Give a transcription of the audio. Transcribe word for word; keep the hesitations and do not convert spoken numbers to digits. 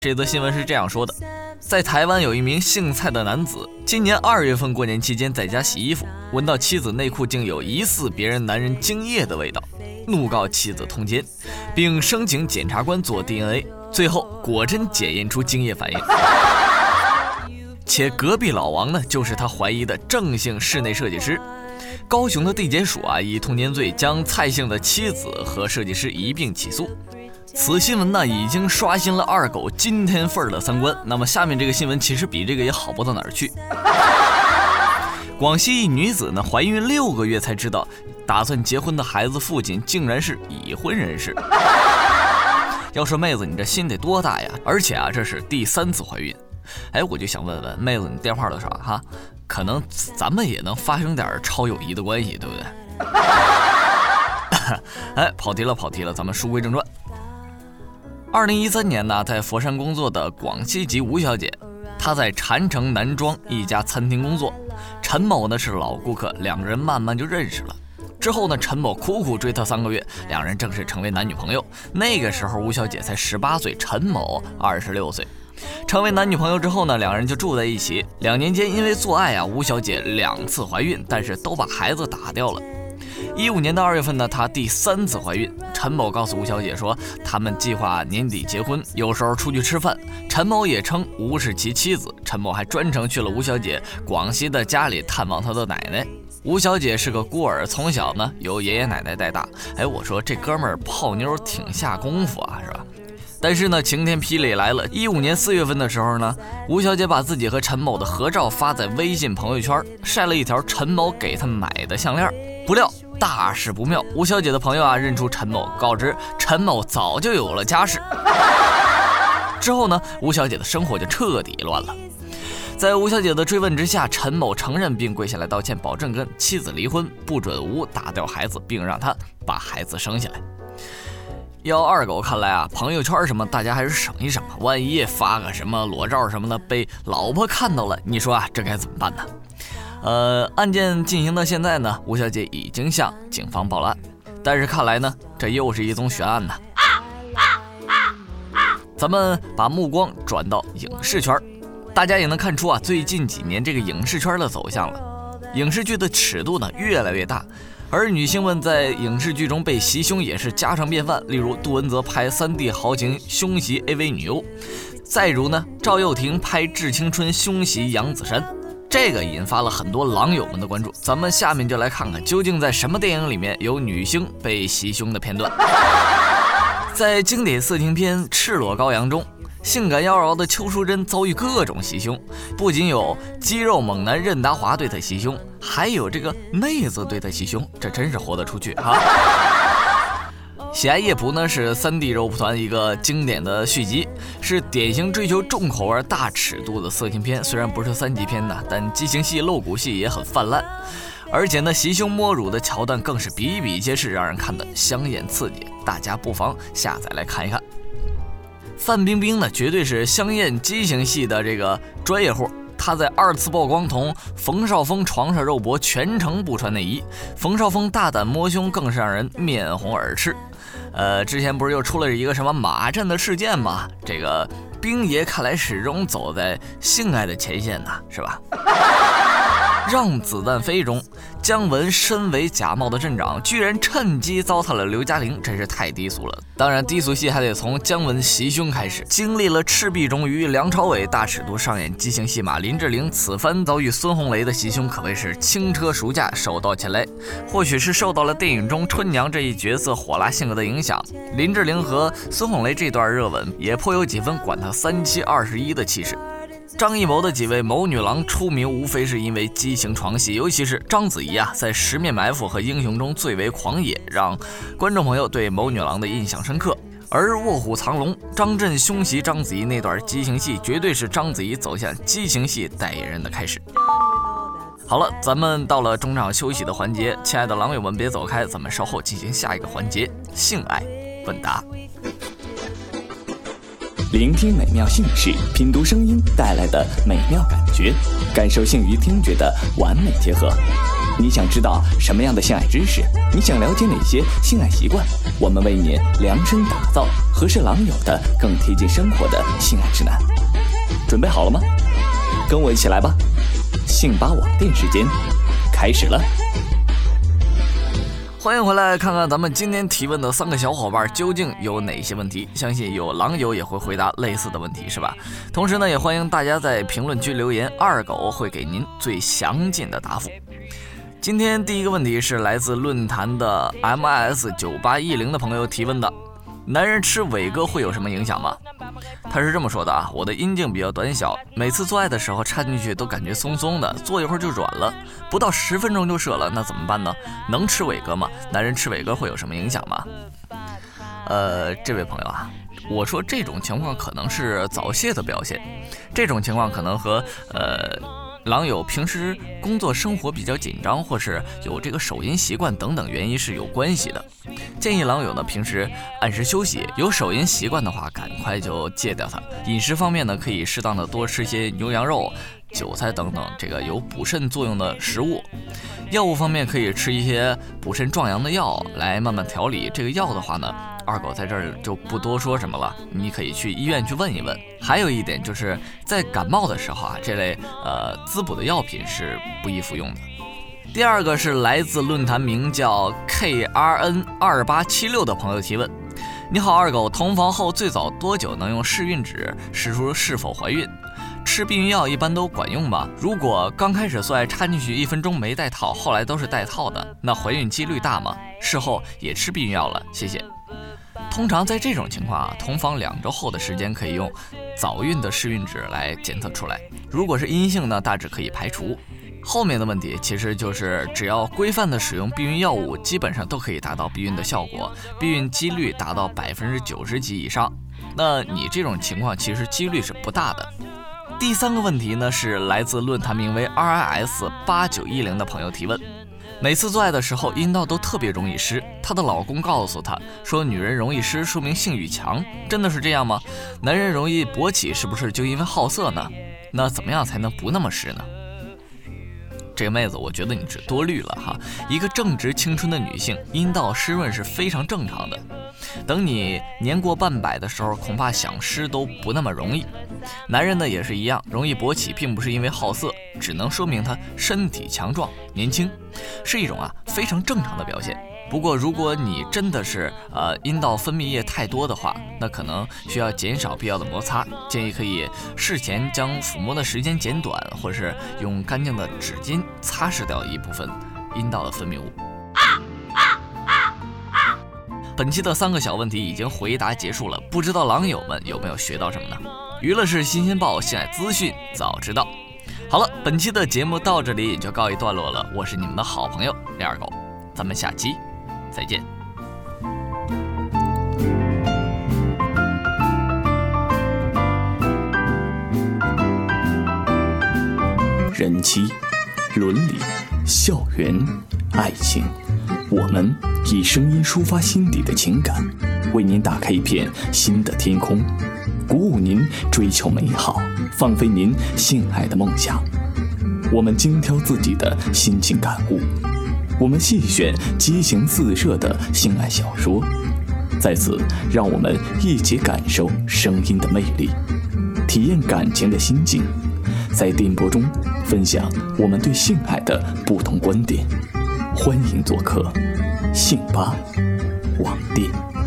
这则新闻是这样说的：在台湾有一名姓蔡的男子，今年二月份过年期间在家洗衣服，闻到妻子内裤竟有疑似别人男人精液的味道，怒告妻子通奸，并申请检察官做 D N A， 最后果真检验出精液反应。且隔壁老王呢，就是他怀疑的郑姓室内设计师。高雄的地检署啊，以通奸罪将蔡姓的妻子和设计师一并起诉。此新闻呢，已经刷新了二狗今天份的三观。那么下面这个新闻其实比这个也好不到哪儿去。广西一女子呢，怀孕六个月才知道，打算结婚的孩子父亲竟然是已婚人士。要说妹子，你这心得多大呀？而且啊，这是第三次怀孕。哎，我就想问问妹子，你电话多少哈？可能咱们也能发生点超友谊的关系，对不对？哎，跑题了，跑题了，咱们书归正传。二零一三年呢，在佛山工作的广西籍吴小姐，她在禅城南庄一家餐厅工作。陈某呢是老顾客，两个人慢慢就认识了。之后呢，陈某苦苦追她三个月，两人正式成为男女朋友。那个时候吴小姐才十八岁，陈某二十六岁。成为男女朋友之后呢，两人就住在一起。两年间因为做爱啊，吴小姐两次怀孕，但是都把孩子打掉了。一五年的二月份呢，她第三次怀孕。陈某告诉吴小姐说，他们计划年底结婚，有时候出去吃饭。陈某也称吴是其妻子。陈某还专程去了吴小姐广西的家里探望她的奶奶。吴小姐是个孤儿，从小呢由爷爷奶奶带大。哎，我说这哥们儿泡妞挺下功夫啊，是吧？但是呢，晴天霹雳来了。一五年四月份的时候呢，吴小姐把自己和陈某的合照发在微信朋友圈，晒了一条陈某给她买的项链。不料大事不妙，吴小姐的朋友啊认出陈某，告知陈某早就有了家室。之后呢，吴小姐的生活就彻底乱了。在吴小姐的追问之下，陈某承认并跪下来道歉，保证跟妻子离婚，不准吴打掉孩子，并让他把孩子生下来。要二狗看来啊，朋友圈什么大家还是省一省，万一发个什么裸照什么的被老婆看到了，你说啊这该怎么办呢？呃，案件进行到现在呢，吴小姐已经向警方报了案，但是看来呢，这又是一宗悬案呢。咱们把目光转到影视圈，大家也能看出啊，最近几年这个影视圈的走向了，影视剧的尺度呢越来越大。而女性们在影视剧中被袭胸也是家常便饭，例如杜汶泽拍 三 D 豪情胸袭 A V 女优，再如呢赵又廷拍致青春胸袭杨子姗，这个引发了很多狼友们的关注。咱们下面就来看看究竟在什么电影里面有女星被袭胸的片段。在经典色情片《赤裸羔羊》中，性感妖娆的邱淑贞遭遇各种袭胸，不仅有肌肉猛男任达华对她袭胸，还有这个妹子对她袭胸，这真是活得出去啊！喜爱夜蒲呢是 三 D 肉蒲团一个经典的续集，是典型追求重口味大尺度的色情片，虽然不是三级片呢，但激情戏露骨戏也很泛滥，而且呢袭胸摸乳的桥段更是比比皆是，让人看得香艳刺激，大家不妨下载来看一看。范冰冰呢，绝对是香艳激情戏的这个专业户。她在二次曝光同冯绍峰床上肉搏，全程不穿内衣。冯绍峰大胆摸胸，更是让人面红耳赤。呃，之前不是又出了一个什么马震的事件吗？这个冰爷看来始终走在性爱的前线呢，是吧？让子弹飞中，姜文身为假冒的镇长，居然趁机糟蹋了刘嘉玲，真是太低俗了。当然，低俗戏还得从姜文袭胸开始。经历了赤壁中与梁朝伟大尺度上演激情戏码，林志玲此番遭遇孙红雷的袭胸，可谓是轻车熟驾，手到擒来。或许是受到了电影中春娘这一角色火辣性格的影响，林志玲和孙红雷这段热吻也颇有几分管他三七二十一的气势。张艺谋的几位谋女郎出名，无非是因为激情床戏，尤其是章子怡啊，在《十面埋伏》和《英雄》中最为狂野，让观众朋友对谋女郎的印象深刻。而《卧虎藏龙》张震胸袭章子怡那段激情戏，绝对是章子怡走向激情戏代言人的开始。好了，咱们到了中场休息的环节，亲爱的狼友们别走开，咱们稍后进行下一个环节——性爱问答。 聆听美妙姓氏，品读声音带来的美妙感觉，感受性与听觉的完美结合。 你想知道什么样的性爱知识？你想了解哪些性爱习惯？我们为你量身打造合适狼友的更贴近生活的性爱指南。准备好了吗？跟我一起来吧！性吧网店时间开始了。 欢迎回来，看看咱们今天提问的三个小伙伴究竟有哪些问题，相信有狼友也会回答类似的问题，是吧？同时呢，也欢迎大家在评论区留言，二狗会给您最详尽的答复。今天第一个问题是来自论坛的 M I S 九八一零的朋友提问的，男人吃伟哥会有什么影响吗？他是这么说的啊，我的阴茎比较短小，每次做爱的时候插进去都感觉松松的，做一会儿就软了，不到十分钟就射了，那怎么办呢？能吃伟哥吗？男人吃伟哥会有什么影响吗？呃，这位朋友啊，我说这种情况可能是早泄的表现，这种情况可能和呃狼友平时工作生活比较紧张，或是有这个手淫习惯等等原因是有关系的。建议狼友呢平时按时休息，有手淫习惯的话赶快就戒掉它。饮食方面呢，可以适当的多吃些牛羊肉、韭菜等等这个有补肾作用的食物。药物方面可以吃一些补肾壮阳的药来慢慢调理。这个药的话呢，二狗在这儿就不多说什么了，你可以去医院去问一问。还有一点就是在感冒的时候啊，这类呃滋补的药品是不宜服用的。第二个是来自论坛名叫 K R N 二八七六 的朋友提问，你好二狗，同房后最早多久能用试孕纸试出是否怀孕？吃避孕药一般都管用吗？如果刚开始做爱插进去一分钟没带套，后来都是带套的，那怀孕几率大吗？事后也吃避孕药了，谢谢。通常在这种情况啊，同房两周后的时间可以用早孕的试孕纸来检测出来，如果是阴性呢，大致可以排除。后面的问题其实就是只要规范的使用避孕药物，基本上都可以达到避孕的效果，避孕几率达到百分之九十几以上。那你这种情况其实几率是不大的。第三个问题呢，是来自论坛名为 R I S 八九一零 的朋友提问，每次做爱的时候阴道都特别容易湿，她的老公告诉她说女人容易湿说明性欲强，真的是这样吗？男人容易勃起是不是就因为好色呢？那怎么样才能不那么湿呢？这个妹子，我觉得你是多虑了哈。一个正值青春的女性，阴道湿润是非常正常的。等你年过半百的时候，恐怕想湿都不那么容易。男人呢也是一样，容易勃起并不是因为好色，只能说明他身体强壮、年轻，是一种啊非常正常的表现。不过如果你真的是呃阴道分泌液太多的话，那可能需要减少必要的摩擦，建议可以事前将抚摸的时间减短，或者是用干净的纸巾擦拭掉一部分阴道的分泌物。本期的三个小问题已经回答结束了，不知道狼友们有没有学到什么呢？娱乐是新鲜报，性爱资讯早知道。好了，本期的节目到这里也就告一段落了，我是你们的好朋友李二狗，咱们下期再见。 人妻、伦理、校园、爱情，我们以声音抒发心底的情感，为您打开一片新的天空，鼓舞您追求美好，放飞您性爱的梦想。我们精挑自己的心情感悟，我们细选激情四射的性爱小说，在此让我们一起感受声音的魅力，体验感情的心境，在电波中分享我们对性爱的不同观点。欢迎做客性吧网店。